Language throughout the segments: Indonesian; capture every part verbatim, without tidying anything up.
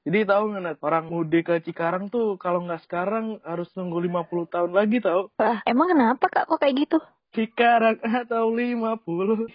Jadi tahu nggak Nat, orang mudik ke Cikarang tuh kalau nggak sekarang harus nunggu lima puluh tahun lagi tahu. Wah, emang kenapa Kak kok kayak gitu? Cikarang atau lima puluh.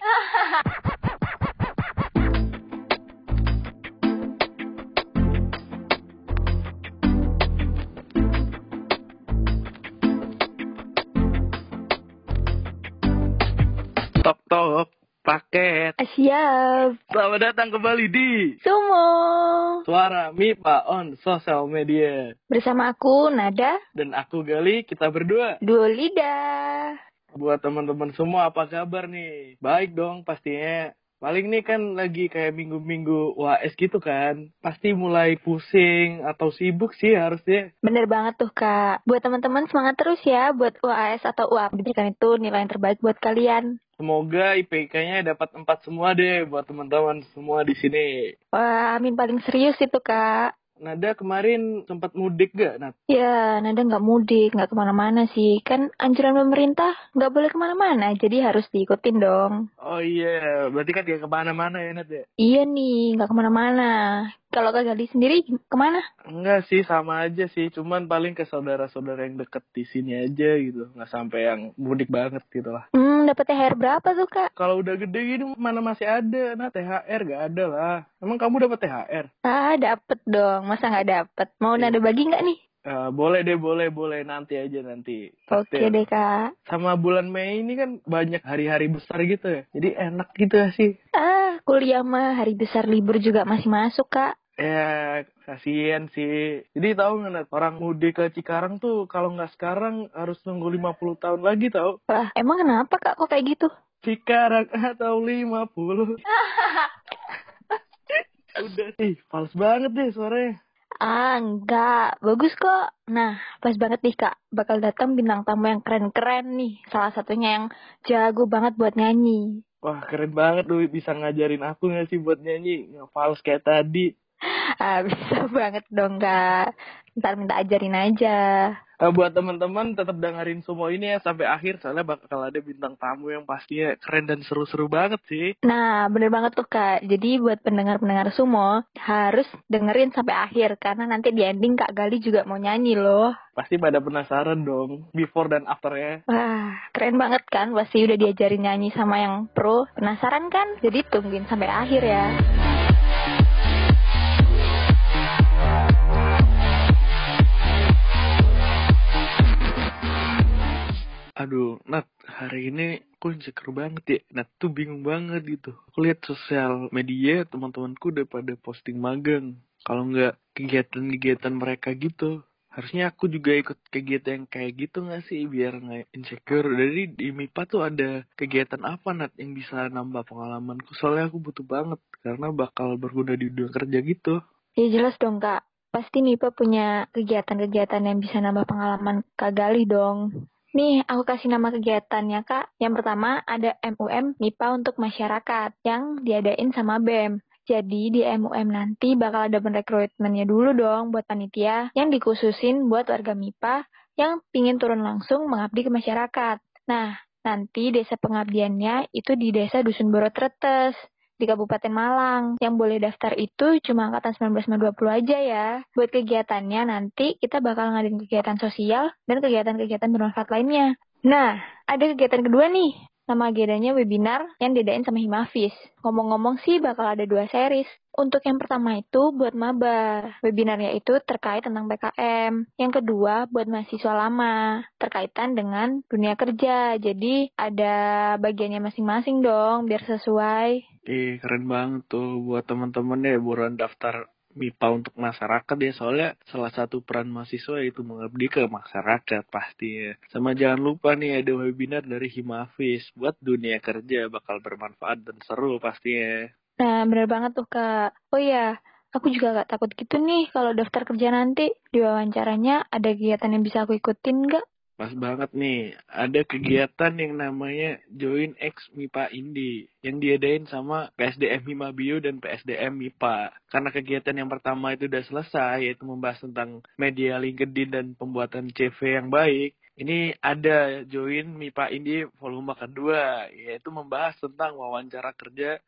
Tok tok paket. Ah, siap. Selamat datang kembali di Sumo. Suara Mipa on Sosial Media. Bersama aku Nada, Dan aku Gali, kita berdua. Duo Lidah. Buat teman-teman semua apa kabar nih? Baik dong pastinya. Paling nih kan lagi kayak minggu-minggu U A S gitu kan. Pasti mulai pusing atau sibuk sih harusnya. Bener banget tuh Kak. Buat teman-teman semangat terus ya buat U A S atau U A P. Diberikan itu nilai yang terbaik buat kalian. Semoga I P K-nya dapat empat semua deh buat teman-teman semua di sini. Wah, Amin paling serius itu Kak. Nada kemarin sempat mudik gak, Nat? Ya, Nada nggak mudik, nggak kemana-mana sih. Kan anjuran pemerintah nggak boleh kemana-mana, jadi harus diikutin dong. Oh iya, berarti kan gak kemana-mana ya, Nat ya? Iya nih, nggak kemana-mana. Kalau Kak Gali sendiri kemana? Enggak sih, sama aja sih. Cuman paling ke saudara-saudara yang deket di sini aja gitu. Nggak sampai yang mudik banget gitu lah. Hmm, dapat T H R berapa tuh Kak? Kalau udah gede gini mana masih ada, nah T H R gak ada lah. Emang kamu dapat T H R? Ah, dapet dong. Masa nggak dapet? Mau Iya. Nada bagi nggak nih? Eh, boleh deh, boleh, boleh. Nanti aja nanti. Oke Traktir. deh Kak. Sama bulan Mei ini kan banyak hari-hari besar gitu ya. Jadi enak gitu ya sih. Ah, kuliah mah hari besar libur juga masih masuk Kak. Ya, kasihan sih. Jadi tahu nggak, Nat? Orang mudik ke Cikarang tuh kalau nggak sekarang harus nunggu lima puluh tahun lagi tahu. Wah, emang kenapa Kak kok kayak gitu? Cikarang atau lima puluh. Udah sih, fals banget deh suaranya. Ah, enggak. Bagus kok. Nah, pas banget nih Kak. Bakal datang bintang tamu yang keren-keren nih. Salah satunya yang jago banget buat nyanyi. Wah, keren banget lu bisa ngajarin aku nggak sih buat nyanyi. Nggak fals kayak tadi. Ah, bisa banget dong Kak. Ntar minta ajarin aja. Nah, buat teman-teman tetap dengerin semua ini ya sampai akhir. Soalnya bakal ada bintang tamu yang pastinya keren dan seru-seru banget sih. Nah, bener banget tuh Kak. Jadi buat pendengar-pendengar Sumo, harus dengerin sampai akhir. Karena nanti di ending Kak Gali juga mau nyanyi loh. Pasti pada penasaran dong, before dan after ya. Wah, keren banget kan? Pasti udah diajarin nyanyi sama yang pro. Penasaran kan? Jadi tungguin sampai akhir ya. Aduh, Nat, hari ini aku insecure banget ya. Nat tuh bingung banget gitu. Aku lihat sosial media teman-temanku udah pada posting magang. Kalau nggak kegiatan-kegiatan mereka gitu. Harusnya aku juga ikut kegiatan yang kayak gitu nggak sih biar nggak insecure. Jadi di M I P A tuh ada kegiatan apa, Nat, yang bisa nambah pengalamanku. Soalnya aku butuh banget karena bakal berguna di dunia kerja gitu. Ya jelas dong Kak. Pasti M I P A punya kegiatan-kegiatan yang bisa nambah pengalaman Kak Gali dong. Nih, aku kasih nama kegiatannya, Kak. Yang pertama, ada M U M M I P A untuk masyarakat yang diadain sama B E M. Jadi, di M U M nanti bakal ada rekrutmennya dulu dong buat panitia yang dikhususin buat warga M I P A yang pingin turun langsung mengabdi ke masyarakat. Nah, nanti desa pengabdiannya itu di desa Dusun Borotretes di Kabupaten Malang. Yang boleh daftar itu cuma angkatan sembilan belas dua puluh aja ya. Buat kegiatannya nanti kita bakal ngadain kegiatan sosial dan kegiatan-kegiatan bermanfaat lainnya. Nah, ada kegiatan kedua nih. Nama agendanya webinar yang diadain sama Himafis. Ngomong-ngomong sih bakal ada dua series. Untuk yang pertama itu buat maba. Webinarnya itu terkait tentang P K M. Yang kedua buat mahasiswa lama. Terkaitan dengan dunia kerja. Jadi ada bagiannya masing-masing dong biar sesuai. Eh, keren banget tuh buat teman-teman ya buruan daftar M I P A untuk masyarakat ya. Soalnya salah satu peran mahasiswa itu mengabdi ke masyarakat pasti ya. Sama jangan lupa nih ada webinar dari Himafis buat dunia kerja bakal bermanfaat dan seru pastinya. Nah, bener banget tuh, Kak. Oh iya, aku juga gak takut gitu nih kalau daftar kerja nanti. Di wawancaranya ada kegiatan yang bisa aku ikutin nggak? Pas banget nih, ada kegiatan yang namanya Join X M I P A Indi yang diadain sama P S D M Himabio dan P S D M M I P A. Karena kegiatan yang pertama itu udah selesai, yaitu membahas tentang media LinkedIn dan pembuatan C V yang baik. Ini ada Join M I P A Indi volume kedua, yaitu membahas tentang wawancara kerja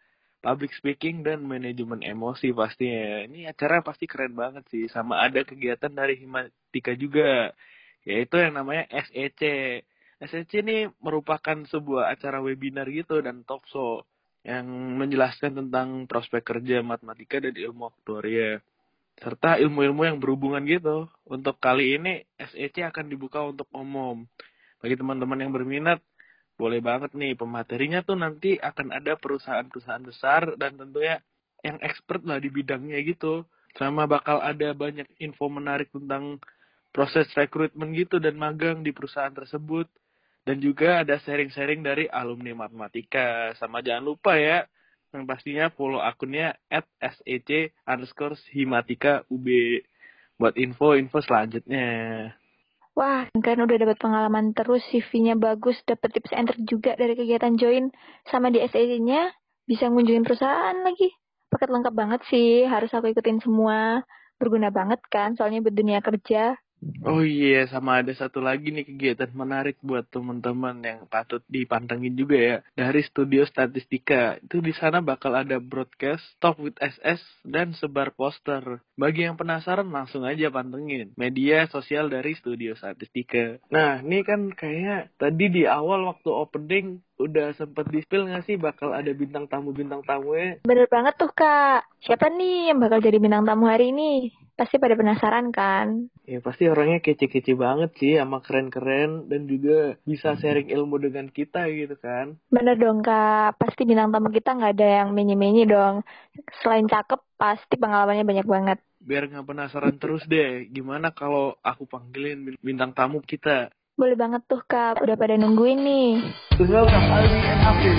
public speaking, dan manajemen emosi pastinya. Ini acara pasti keren banget sih. Sama ada kegiatan dari Himatika juga, yaitu yang namanya S E C. S E C ini merupakan sebuah acara webinar gitu dan talk show yang menjelaskan tentang prospek kerja matematika dan ilmu aktuaria, serta ilmu-ilmu yang berhubungan gitu. Untuk kali ini S E C akan dibuka untuk umum. Bagi teman-teman yang berminat, boleh banget nih. Pematerinya tuh nanti akan ada perusahaan-perusahaan besar dan tentunya yang expert lah di bidangnya gitu. Sama bakal ada banyak info menarik tentang proses rekrutmen gitu dan magang di perusahaan tersebut. Dan juga ada sharing-sharing dari alumni matematika. Sama jangan lupa ya, yang pastinya follow akunnya at sec underscore himatika ub buat info-info selanjutnya. Wah, kan udah dapat pengalaman terus, C V-nya bagus, dapat tips and trik juga dari kegiatan join, sama di S E C-nya bisa ngunjungin perusahaan lagi. Paket lengkap banget sih, harus aku ikutin semua. Berguna banget kan, soalnya buat dunia kerja. Oh iya, sama ada satu lagi nih kegiatan menarik buat teman-teman yang patut dipantengin juga ya. Dari Studio Statistika, itu di sana bakal ada broadcast, Talk with S S, dan sebar poster. Bagi yang penasaran langsung aja pantengin media sosial dari Studio Statistika. Nah, ini kan kayaknya tadi di awal waktu opening udah sempet di-spill nggak sih bakal ada bintang tamu-bintang tamunya? Bener banget tuh, Kak. Siapa nih yang bakal jadi bintang tamu hari ini? Pasti pada penasaran kan? Ya pasti orangnya kece-kece banget sih, sama keren-keren, dan juga bisa sharing ilmu dengan kita gitu kan. Bener dong, Kak. Pasti bintang tamu kita nggak ada yang menye-menye dong. Selain cakep, pasti pengalamannya banyak banget. Biar nggak penasaran terus deh, gimana kalau aku panggilin bintang tamu kita? Boleh banget tuh, Kak. Udah pada nungguin nih. Welcome Aldi and Afif.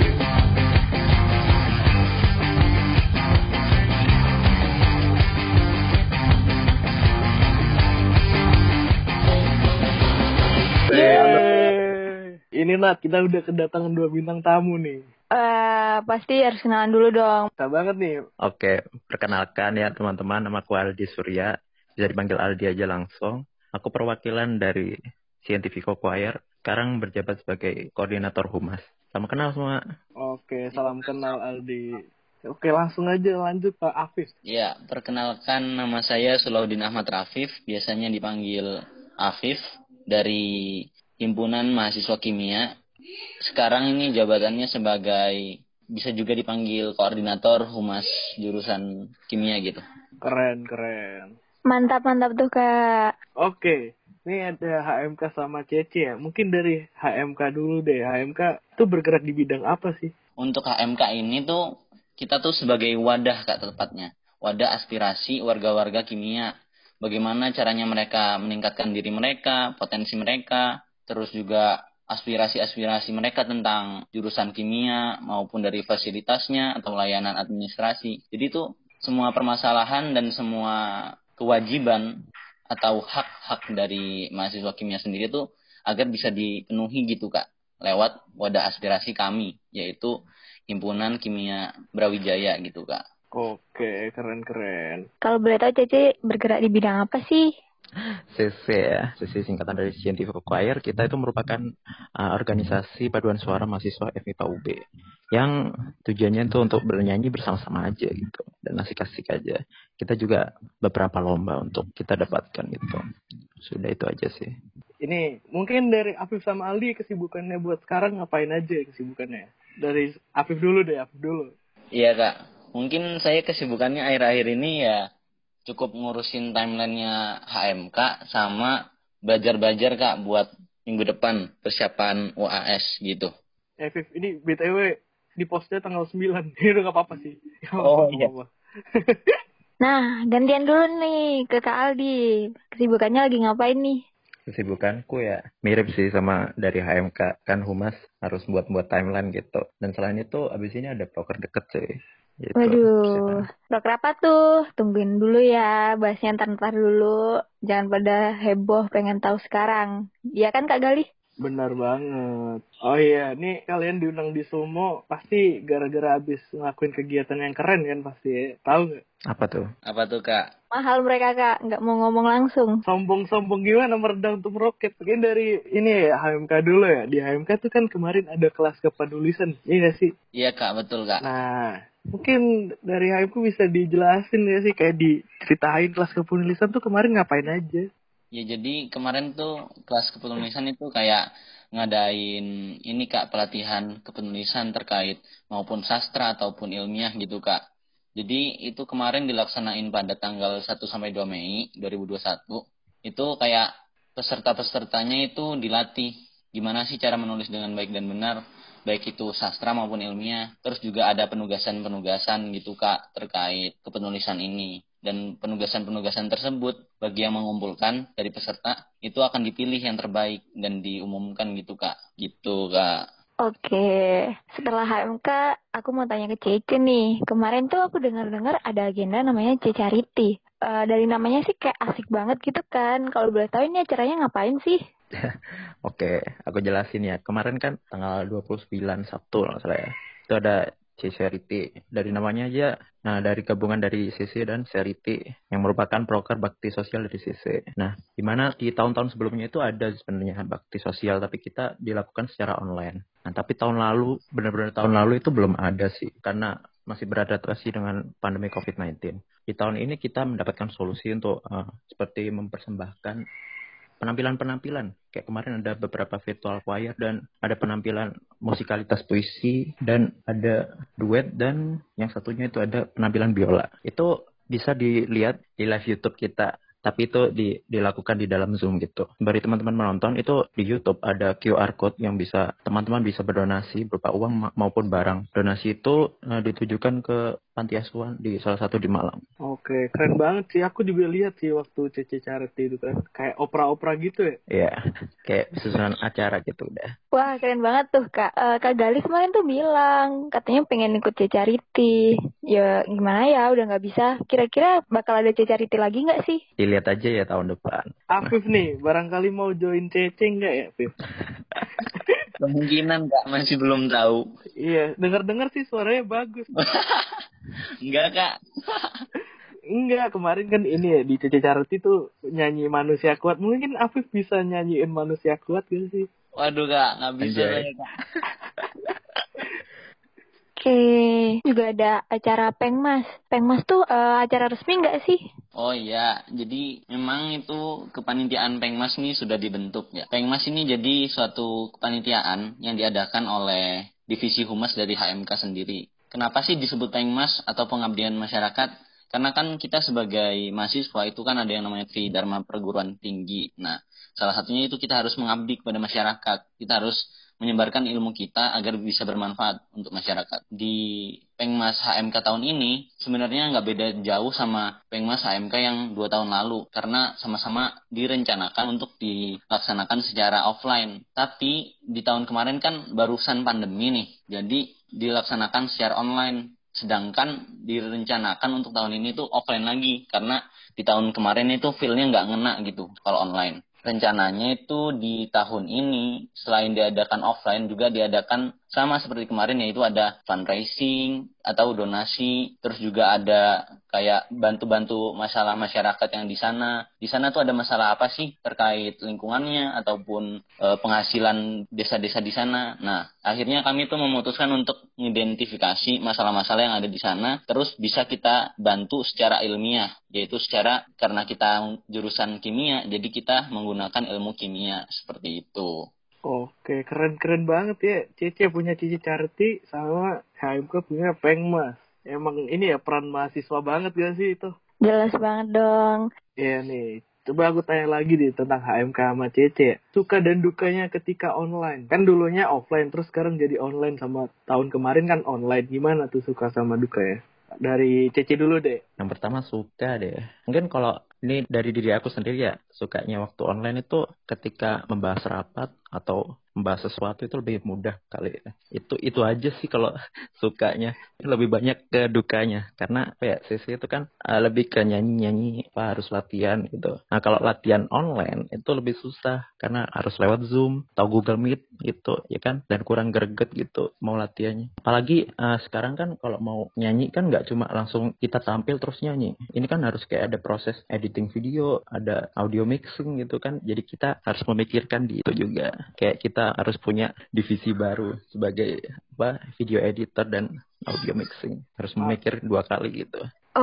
Ini Nat, kita udah kedatangan dua bintang tamu nih. Eh, pasti harus kenalan dulu dong. Kita banget nih. Oke, perkenalkan ya teman-teman, nama aku Aldi Surya. Bisa dipanggil Aldi aja langsung. Aku perwakilan dari Scientific Choir. Sekarang berjabat sebagai koordinator humas. Sama kenal semua. Oke, salam kenal Aldi. Oke, langsung aja lanjut Pak Afif. Ya, perkenalkan nama saya Sulahuddin Ahmad Rafif, biasanya dipanggil Afif, dari Himpunan Mahasiswa Kimia. Sekarang ini jabatannya sebagai, bisa juga dipanggil koordinator humas jurusan kimia gitu. Keren, keren. Mantap, mantap tuh, Kak. Oke, ini ada H M K sama Cece ya. Mungkin dari H M K dulu deh. H M K tuh bergerak di bidang apa sih? Untuk H M K ini tuh, kita tuh sebagai wadah Kak tepatnya. Wadah aspirasi warga-warga kimia. Bagaimana caranya mereka meningkatkan diri mereka, potensi mereka, terus juga aspirasi-aspirasi mereka tentang jurusan kimia maupun dari fasilitasnya atau layanan administrasi. Jadi itu semua permasalahan dan semua kewajiban atau hak-hak dari mahasiswa kimia sendiri itu agar bisa dipenuhi gitu Kak, lewat wadah aspirasi kami, yaitu Himpunan Kimia Brawijaya gitu Kak. Oke, keren-keren. Kalau boleh tahu, Cece bergerak di bidang apa sih? C C ya, C C singkatan dari Scientific Choir. Kita itu merupakan uh, organisasi paduan suara mahasiswa F M I P A U B yang tujuannya itu untuk bernyanyi bersama-sama aja gitu dan asik-asik aja. Kita juga beberapa lomba untuk kita dapatkan gitu. Sudah itu aja sih. Ini mungkin dari Afif sama Aldi kesibukannya buat sekarang ngapain aja kesibukannya? Dari Afif dulu deh, Afif dulu. Iya Kak, mungkin saya kesibukannya akhir-akhir ini ya cukup ngurusin timelinenya H M K sama belajar-belajar Kak buat minggu depan persiapan U A S gitu. Eh Afif, ini B T W di postnya tanggal sembilan. Ini udah gak apa-apa sih. Gak Oh, apa-apa, iya. apa-apa. Nah, gantian dulu nih ke Kak Aldi. Kesibukannya lagi ngapain nih? Kesibukanku ya mirip sih sama dari H M K. Kan humas harus buat-buat timeline gitu. Dan selain itu abis ini ada proker deket sih. Gitu. Waduh, proker apa tuh? Tungguin dulu ya, bahasnya ntar-ntar dulu. Jangan pada heboh pengen tahu sekarang. Iya kan Kak Gali? Benar banget. Oh iya, nih kalian diundang di Sumo pasti gara-gara abis ngelakuin kegiatan yang keren kan pasti ya? Tahu nggak? Apa tuh? Apa tuh Kak? Mahal mereka Kak, nggak mau ngomong langsung. Sombong-sombong gimana meredam tuh meroket. Mungkin dari ini ya H M K dulu ya. Di H M K tuh kan kemarin ada kelas kepedulisan. Iya nggak sih? Iya Kak, betul Kak. Nah, Mungkin dari Haimku bisa dijelasin ya sih, kayak diceritain kelas kepenulisan tuh kemarin ngapain aja. Ya jadi kemarin tuh kelas kepenulisan itu kayak ngadain ini Kak, pelatihan kepenulisan terkait maupun sastra ataupun ilmiah gitu Kak. Jadi itu kemarin dilaksanain pada tanggal satu sampai dua Mei dua ribu dua puluh satu. Itu kayak peserta-pesertanya itu dilatih gimana sih cara menulis dengan baik dan benar, baik itu sastra maupun ilmiah. Terus juga ada penugasan-penugasan gitu Kak terkait kepenulisan ini. Dan penugasan-penugasan tersebut bagi yang mengumpulkan dari peserta itu akan dipilih yang terbaik dan diumumkan gitu Kak. Gitu Kak. Oke, setelah H M K, aku mau tanya ke Cece nih. Kemarin tuh aku dengar-dengar ada agenda namanya Cecariti. Uh, dari namanya sih kayak asik banget gitu kan. Kalau boleh tahu ini acaranya ngapain sih? Oke, aku jelasin ya. Kemarin kan tanggal dua puluh sembilan Sabtu kalau salah ya. Itu ada C-Charity. Dari namanya aja, nah dari gabungan dari C C dan Charity yang merupakan proker bakti sosial dari C C. Nah, di mana di tahun-tahun sebelumnya itu ada sebenarnya bakti sosial, tapi kita dilakukan secara online. Nah, tapi tahun lalu, benar-benar tahun lalu itu belum ada sih, karena masih beradaptasi dengan pandemi covid sembilan belas. Di tahun ini kita mendapatkan solusi untuk uh, seperti mempersembahkan penampilan-penampilan. Kayak kemarin ada beberapa virtual choir dan ada penampilan musikalitas puisi dan ada duet dan yang satunya itu ada penampilan biola. Itu bisa dilihat di live YouTube kita. Tapi itu di, dilakukan di dalam Zoom gitu. Bagi teman-teman menonton itu di YouTube ada Q R code yang bisa teman-teman bisa berdonasi berupa uang ma- maupun barang. Donasi itu uh, ditujukan ke panti asuhan di salah satu di Malang. Oke, keren banget sih. Aku juga lihat sih waktu Cece Charity itu kan. Kayak opera-opera gitu ya. Iya, kayak susunan acara gitu udah. Wah, keren banget tuh, Kak. Uh, Kak Gali kemarin tuh bilang, katanya pengen ikut Cecariti. Ya, gimana ya, udah nggak bisa. Kira-kira bakal ada Cecariti lagi nggak sih? Dilihat aja ya tahun depan. Afif nih, barangkali mau join Cece nggak ya, Afif? Kemungkinan Kak, masih belum tahu. Iya, dengar-dengar sih suaranya bagus. Enggak Kak. Enggak, kemarin kan ini ya, di Cece Charity tuh nyanyi Manusia Kuat. Mungkin Afif bisa nyanyiin Manusia Kuat gitu sih. Waduh Kak, nggak bisa saya Kak. Oke, juga ada acara Pengmas. Pengmas tuh uh, acara resmi nggak sih? Oh iya, jadi memang itu kepanitiaan Pengmas ini sudah dibentuk ya. Pengmas ini jadi suatu kepanitiaan yang diadakan oleh Divisi Humas dari H M K sendiri. Kenapa sih disebut Pengmas atau pengabdian masyarakat? Karena kan kita sebagai mahasiswa itu kan ada yang namanya Tridharma Perguruan Tinggi. Nah, salah satunya itu kita harus mengabdi kepada masyarakat. Kita harus menyebarkan ilmu kita agar bisa bermanfaat untuk masyarakat. Di Pengmas H M K tahun ini sebenarnya nggak beda jauh sama Pengmas H M K yang dua tahun lalu, karena sama-sama direncanakan untuk dilaksanakan secara offline. Tapi di tahun kemarin kan barusan pandemi nih, jadi dilaksanakan secara online. Sedangkan direncanakan untuk tahun ini tuh offline lagi, karena di tahun kemarin itu feel-nya nggak ngena gitu kalau online. Rencananya itu di tahun ini selain diadakan offline juga diadakan sama seperti kemarin, yaitu ada fundraising atau donasi, terus juga ada kayak bantu-bantu masalah masyarakat yang di sana. Di sana tuh ada masalah apa sih terkait lingkungannya ataupun e, penghasilan desa-desa di sana. Nah, akhirnya kami tuh memutuskan untuk mengidentifikasi masalah-masalah yang ada di sana, terus bisa kita bantu secara ilmiah, yaitu secara karena kita jurusan kimia, jadi kita menggunakan ilmu kimia seperti itu. Oke, keren-keren banget ya. Cece punya Cece Charity sama H M K punya Pengmas. Emang ini ya peran mahasiswa banget gak sih itu? Jelas banget dong. Iya nih, coba aku tanya lagi deh tentang H M K sama Cece. Suka dan dukanya ketika online. Kan dulunya offline, terus sekarang jadi online, sama tahun kemarin kan online. Gimana tuh suka sama duka ya? Dari Cece dulu deh. Yang pertama suka deh. Mungkin kalau ini dari diri aku sendiri ya, sukanya waktu online itu ketika membahas rapat atau membahas sesuatu itu lebih mudah kali ya. Itu itu aja sih kalau sukanya. Lebih banyak ke dukanya. Karena apa ya, sisi itu kan uh, lebih ke nyanyi-nyanyi, apa harus latihan gitu. Nah kalau latihan online itu lebih susah karena harus lewat Zoom atau Google Meet gitu ya kan, dan kurang greget gitu mau latihannya. Apalagi uh, sekarang kan kalau mau nyanyi kan nggak cuma langsung kita tampil terus nyanyi. Ini kan harus kayak ada proses editing video, ada audio mixing gitu kan. Jadi kita harus memikirkan di itu juga. Kayak kita harus punya divisi baru sebagai apa video editor dan audio mixing. Harus memikir dua kali gitu.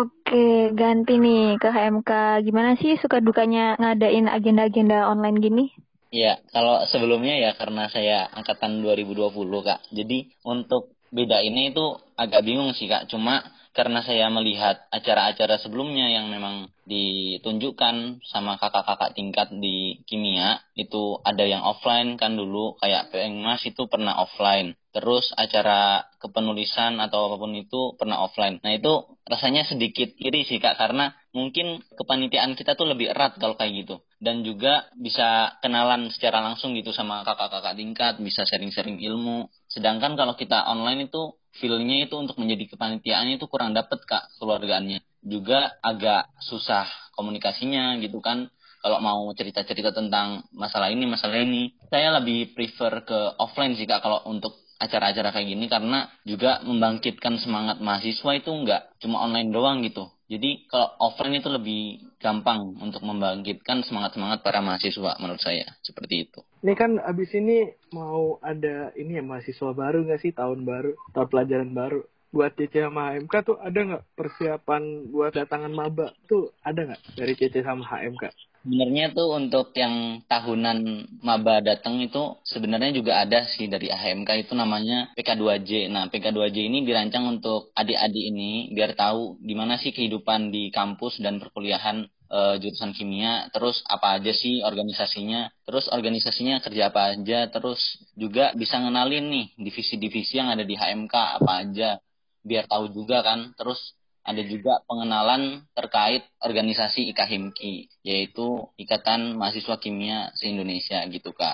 Oke, ganti nih ke H M K. Gimana sih suka dukanya ngadain agenda-agenda online gini? Ya, kalau sebelumnya ya karena saya angkatan dua ribu dua puluh, Kak. Jadi untuk beda ini itu agak bingung sih, Kak. Cuma karena saya melihat acara-acara sebelumnya yang memang ditunjukkan sama kakak-kakak tingkat di kimia, itu ada yang offline kan dulu, kayak Pengmas itu pernah offline. Terus acara kepenulisan atau apapun itu pernah offline. Nah itu rasanya sedikit iri sih, Kak, karena mungkin kepanitiaan kita tuh lebih erat kalau kayak gitu. Dan juga bisa kenalan secara langsung gitu sama kakak-kakak tingkat, bisa sharing-sharing ilmu. Sedangkan kalau kita online itu feel-nya itu untuk menjadi kepanitiaan itu kurang dapet, Kak, keluargaannya. Juga agak susah komunikasinya gitu kan. Kalau mau cerita-cerita tentang masalah ini, masalah ini. Saya lebih prefer ke offline sih, Kak, kalau untuk acara-acara kayak gini. Karena juga membangkitkan semangat mahasiswa itu nggak cuma online doang gitu. Jadi kalau offline itu lebih gampang untuk membangkitkan semangat-semangat para mahasiswa menurut saya. Seperti itu. Ini kan abis ini mau ada ini ya mahasiswa baru nggak sih, tahun baru, tahun pelajaran baru. Buat C C sama H M K tuh ada nggak persiapan buat datangan maba? Tuh ada nggak dari C C sama H M K? Sebenarnya tuh untuk yang tahunan maba datang itu sebenarnya juga ada sih dari H M K itu namanya P K dua J. Nah, P K dua J ini dirancang untuk adik-adik ini biar tahu gimana sih kehidupan di kampus dan perkuliahan e, jurusan kimia, terus apa aja sih organisasinya, terus organisasinya kerja apa aja, terus juga bisa ngenalin nih divisi-divisi yang ada di H M K apa aja, biar tahu juga kan, terus ada juga pengenalan terkait organisasi I K H I M K I, yaitu Ikatan Mahasiswa Kimia se-Indonesia gitu, Kak.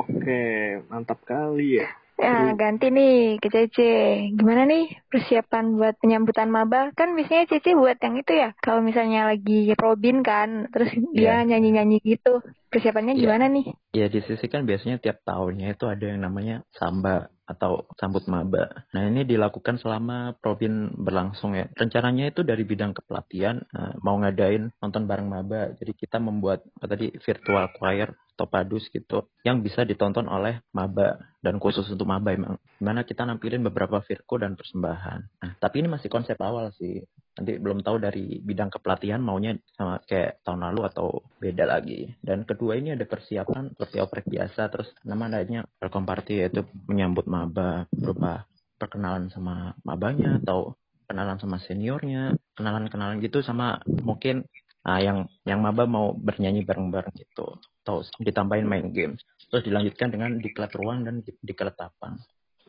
Oke, mantap kali ya. Ya, ganti nih ke C C. Gimana nih persiapan buat penyambutan maba? Kan biasanya C C buat yang itu ya. Kalau misalnya lagi Robin kan, terus dia Yeah. nyanyi-nyanyi gitu. Persiapannya Yeah. gimana nih? Ya di sisi kan biasanya tiap tahunnya itu ada yang namanya samba atau sambut maba. Nah ini dilakukan selama Probin berlangsung ya. Rencananya itu dari bidang kepelatihan uh, mau ngadain nonton bareng maba. Jadi kita membuat apa tadi virtual choir atau padus gitu yang bisa ditonton oleh maba dan khusus untuk maba emang. Dimana kita nampilin beberapa virko dan persembahan. Nah tapi ini masih konsep awal sih. Nanti belum tahu dari bidang kepelatihan maunya sama kayak tahun lalu atau beda lagi. Dan kedua ini ada persiapan seperti oprek biasa. Terus namanya welcome party yaitu menyambut maba berupa perkenalan sama mabanya atau kenalan sama seniornya, kenalan-kenalan gitu sama mungkin uh, yang yang maba mau bernyanyi bareng-bareng gitu. Atau ditambahin main games. Terus dilanjutkan dengan diklat ruang dan diklat tapang.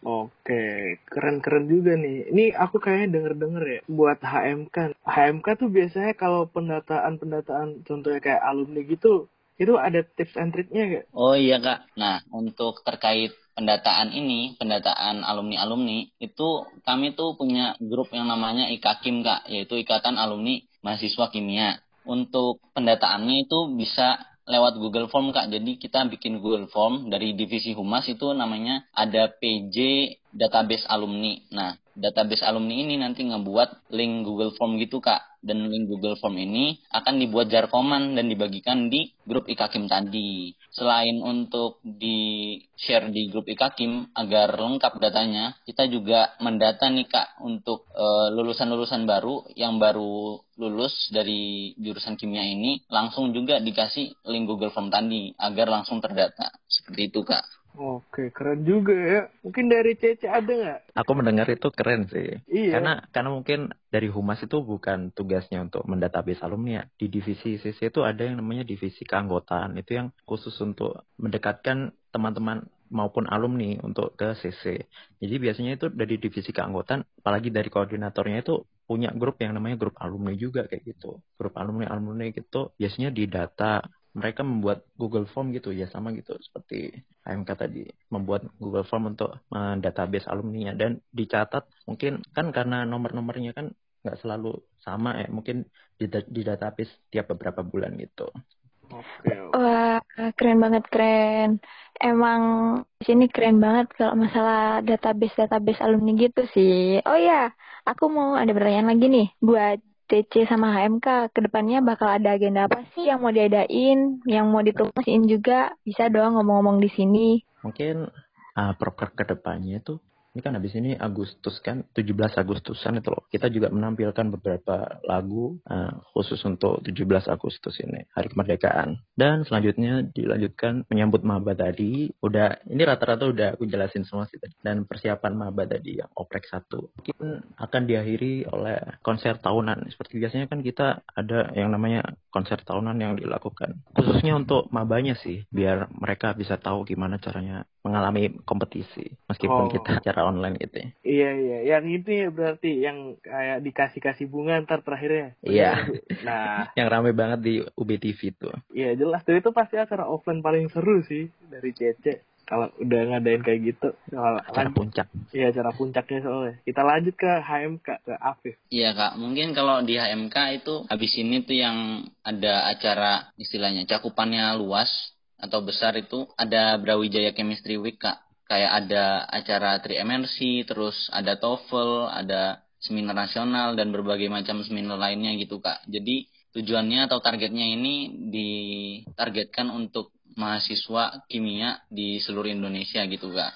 Oke, keren-keren juga nih. Ini aku kayaknya denger-denger ya, buat H M K. H M K tuh biasanya kalau pendataan-pendataan, contohnya kayak alumni gitu, itu ada tips and triknya nggak? Oh iya, Kak. Nah, untuk terkait pendataan ini, pendataan alumni-alumni, itu kami tuh punya grup yang namanya I K K I M, Kak, yaitu Ikatan Alumni Mahasiswa Kimia. Untuk pendataannya itu bisa lewat Google Form, Kak. Jadi kita bikin Google Form dari divisi humas itu namanya ada P J database alumni. Nah, database alumni ini nanti ngebuat link Google Form gitu, Kak. Dan link Google Form ini akan dibuat jarkoman dan dibagikan di grup I K K I M tadi. Selain untuk di-share di grup I K K I M agar lengkap datanya, kita juga mendata nih, Kak, untuk e, lulusan-lulusan baru yang baru lulus dari jurusan kimia ini langsung juga dikasih link Google Form tadi agar langsung terdata. Seperti itu, Kak. Oke, keren juga ya. Mungkin dari C C ada nggak? Aku mendengar itu keren sih. Iya. Karena karena mungkin dari humas itu bukan tugasnya untuk mendatabase alumni ya. Di divisi C C itu ada yang namanya divisi keanggotaan. Itu yang khusus untuk mendekatkan teman-teman maupun alumni untuk ke C C. Jadi biasanya itu dari divisi keanggotaan, apalagi dari koordinatornya itu punya grup yang namanya grup alumni juga kayak gitu. Grup alumni-alumni gitu biasanya didata. Mereka membuat Google Form gitu ya sama gitu seperti H M K tadi membuat Google Form untuk mendatabase alumni dan dicatat mungkin kan karena nomor-nomornya kan nggak selalu sama ya mungkin di, di database tiap beberapa bulan gitu. Oke. Wah, keren banget, keren. Emang di sini keren banget kalau masalah database-database alumni gitu sih. Oh ya, aku mau ada pertanyaan lagi nih buat C C sama H M K. Kedepannya bakal ada agenda apa sih yang mau diadain, yang mau dipromosiin juga? Bisa dong ngomong-ngomong di sini. Mungkin uh, proker kedepannya tuh ini kan habis ini Agustus kan, tujuh belas Agustusan itu loh. Kita juga menampilkan beberapa lagu uh, khusus untuk tujuh belas Agustus ini, Hari Kemerdekaan. Dan selanjutnya dilanjutkan menyambut maba tadi. Udah, ini rata-rata udah aku jelasin semua sih tadi. Dan persiapan maba tadi yang oprek satu. Mungkin akan diakhiri oleh konser tahunan. Seperti biasanya kan kita ada yang namanya konser tahunan yang dilakukan. Khususnya untuk mabanya sih, biar mereka bisa tahu gimana caranya mengalami kompetisi meskipun Oh. kita secara online gitu ya. Iya iya, yang itu ya berarti yang kayak dikasih-kasih bunga ntar terakhirnya. Iya. Nah, Yang rame banget di U B T V tuh. iya jelas tuh itu pasti acara offline paling seru sih dari Cece. Kalau udah ngadain kayak gitu, kalau Acara lanjut, puncak. iya acara puncaknya soalnya. Kita lanjut ke H M K, ke Afif. Iya kak, mungkin kalau di H M K itu habis ini tuh yang ada acara istilahnya cakupannya luas atau besar itu ada Brawijaya Chemistry Week kak. Kayak ada acara tri M R C, terus ada TOEFL, ada seminar nasional dan berbagai macam seminar lainnya gitu kak. Jadi tujuannya atau targetnya ini ditargetkan untuk mahasiswa kimia di seluruh Indonesia gitu kak.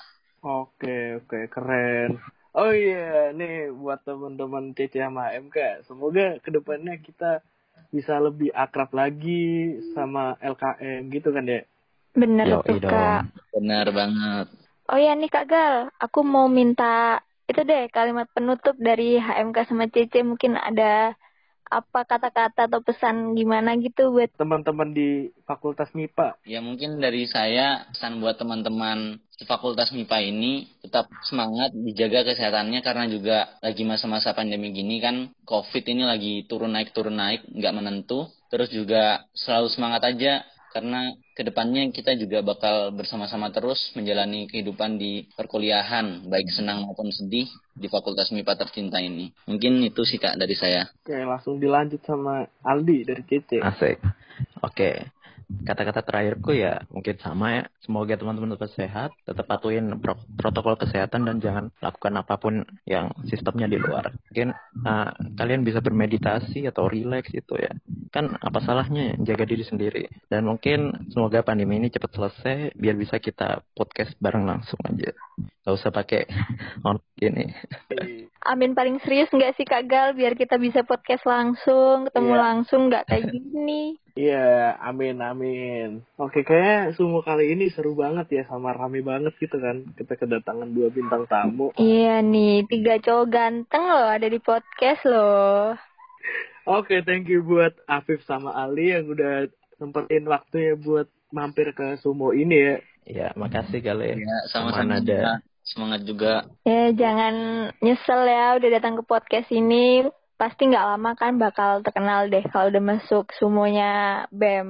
Oke oke keren. Oh iya, nih buat teman-teman C C sama H M K, semoga kedepannya kita bisa lebih akrab lagi sama L K M gitu kan ya. Bener Yoi tuh dong. Kak. Benar banget. Oh ya nih Kak Gal, aku mau minta itu deh kalimat penutup dari H M K sama C C, mungkin ada apa kata-kata atau pesan gimana gitu buat Teman-teman di Fakultas M I P A. Ya mungkin dari saya pesan buat teman-teman di Fakultas M I P A ini tetap semangat, dijaga kesehatannya karena juga lagi masa-masa pandemi gini kan, COVID ini lagi turun naik turun naik nggak menentu. Terus juga selalu semangat aja karena kedepannya kita juga bakal bersama-sama terus menjalani kehidupan di perkuliahan baik senang maupun sedih di Fakultas M I P A tercinta ini. Mungkin itu sih kak dari saya. Oke, langsung dilanjut sama Aldi dari C C. Asik. Oke. Kata-kata terakhirku ya mungkin sama ya. Semoga teman-teman tetap sehat, tetap patuhin pro- protokol kesehatan dan jangan lakukan apapun yang sistemnya di luar. Mungkin uh, kalian bisa bermeditasi atau relax gitu ya. Kan apa salahnya jaga diri sendiri. Dan mungkin semoga pandemi ini cepat selesai biar bisa kita podcast bareng langsung aja. Gak usah pakai online gini. Amin paling serius nggak sih Kak Gal biar kita bisa podcast langsung, ketemu Iya. langsung nggak kayak gini. Iya, amin amin. Oke, kayaknya semua kali ini seru banget ya, sama rame banget gitu kan. Kita kedatangan dua bintang tamu. Iya nih, tiga cowok ganteng loh ada di podcast loh. Oke, thank you buat Afif sama Ali yang udah sempetin waktu ya buat mampir ke Sumo ini ya. Ya, makasih kali ya. Ya sama-sama Aman ada. juga. Semangat juga. Ya jangan nyesel ya udah datang ke podcast ini. Pasti nggak lama kan bakal terkenal deh kalau udah masuk sumonya B E M.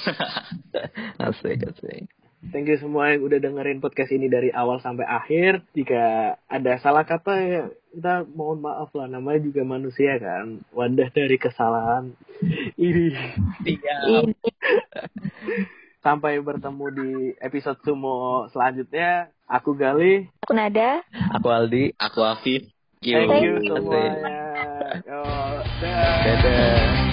Asik, asik. Thank you semua yang udah dengerin podcast ini dari awal sampai akhir. Jika ada salah kata ya kita mohon maaf lah, namanya juga manusia kan. Wadah dari kesalahan. Ini. Iya. Ini Sampai bertemu di episode Sumo selanjutnya. Aku Gali. aku Nada. Aku Aldi. Aku Afif. Thank you Thank you. semuanya. Yo, dah. Dadah.